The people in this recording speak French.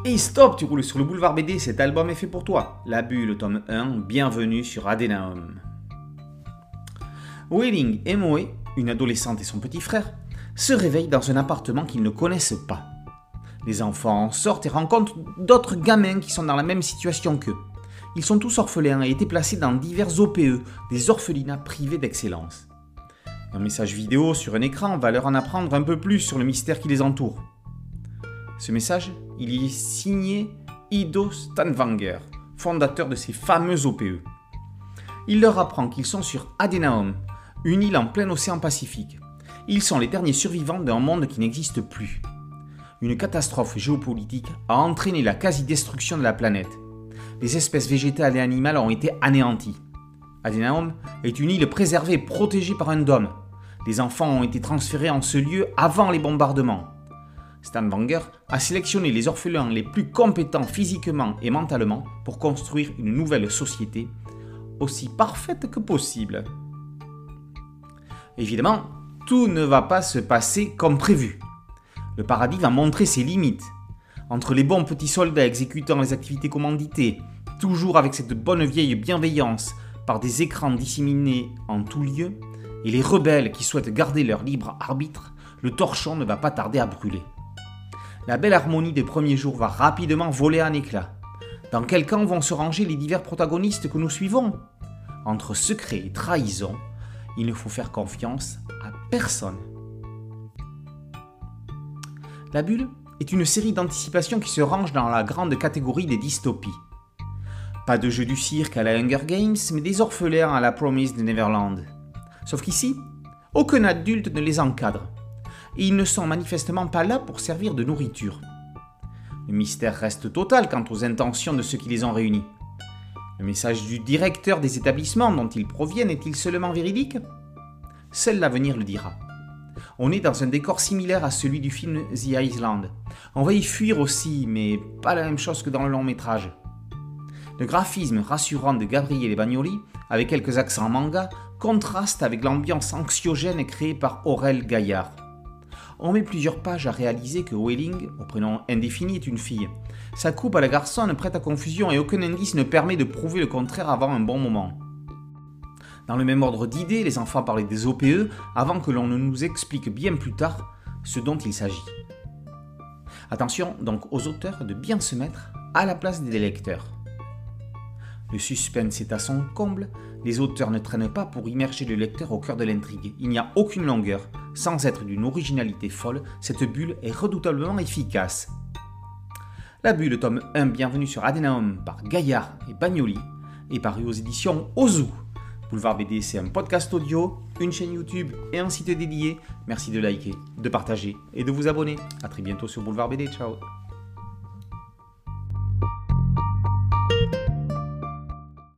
Et stop, tu roules sur le boulevard BD, cet album est fait pour toi. La Bulle, tome 1, bienvenue sur Adénaum. Wei-Ling et Moé, une adolescente et son petit frère, se réveillent dans un appartement qu'ils ne connaissent pas. Les enfants sortent et rencontrent d'autres gamins qui sont dans la même situation qu'eux. Ils sont tous orphelins et étaient placés dans divers OPE, des orphelinats privés d'excellence. Un message vidéo sur un écran va leur en apprendre un peu plus sur le mystère qui les entoure. Ce message, il y est signé Ido Stanwanger, fondateur de ces fameux OPE. Il leur apprend qu'ils sont sur Adénaum, une île en plein océan Pacifique. Ils sont les derniers survivants d'un monde qui n'existe plus. Une catastrophe géopolitique a entraîné la quasi-destruction de la planète. Les espèces végétales et animales ont été anéanties. Adénaum est une île préservée et protégée par un dôme. Les enfants ont été transférés en ce lieu avant les bombardements. Stanwanger a sélectionné les orphelins les plus compétents physiquement et mentalement pour construire une nouvelle société aussi parfaite que possible. Évidemment, tout ne va pas se passer comme prévu. Le paradis va montrer ses limites. Entre les bons petits soldats exécutant les activités commanditées, toujours avec cette bonne vieille bienveillance par des écrans disséminés en tout lieu, et les rebelles qui souhaitent garder leur libre arbitre, le torchon ne va pas tarder à brûler. La belle harmonie des premiers jours va rapidement voler en éclats. Dans quel camp vont se ranger les divers protagonistes que nous suivons ? Entre secret et trahison, il ne faut faire confiance à personne. La Bulle est une série d'anticipation qui se range dans la grande catégorie des dystopies. Pas de jeu du cirque à la Hunger Games, mais des orphelins à la Promised Neverland. Sauf qu'ici, aucun adulte ne les encadre. Et ils ne sont manifestement pas là pour servir de nourriture. Le mystère reste total quant aux intentions de ceux qui les ont réunis. Le message du directeur des établissements dont ils proviennent est-il seulement véridique ? Seul l'avenir le dira. On est dans un décor similaire à celui du film The Island. On va y fuir aussi, mais pas la même chose que dans le long métrage. Le graphisme rassurant de Gabriele Bagnoli, avec quelques accents manga, contraste avec l'ambiance anxiogène créée par Aurel Gaillard. On met plusieurs pages à réaliser que Wei-Ling, au prénom indéfini, est une fille. Sa coupe à la garçonne prête à confusion et aucun indice ne permet de prouver le contraire avant un bon moment. Dans le même ordre d'idées, les enfants parlaient des OPE avant que l'on ne nous explique bien plus tard ce dont il s'agit. Attention donc aux auteurs de bien se mettre à la place des lecteurs. Le suspense est à son comble, les auteurs ne traînent pas pour immerger le lecteur au cœur de l'intrigue. Il n'y a aucune longueur, sans être d'une originalité folle, cette bulle est redoutablement efficace. La Bulle, tome 1, bienvenue sur Adénaum par Gaillard et Bagnoli, est paru aux éditions Ozu. Boulevard BD, c'est un podcast audio, une chaîne YouTube et un site dédié. Merci de liker, de partager et de vous abonner. A très bientôt sur Boulevard BD, ciao.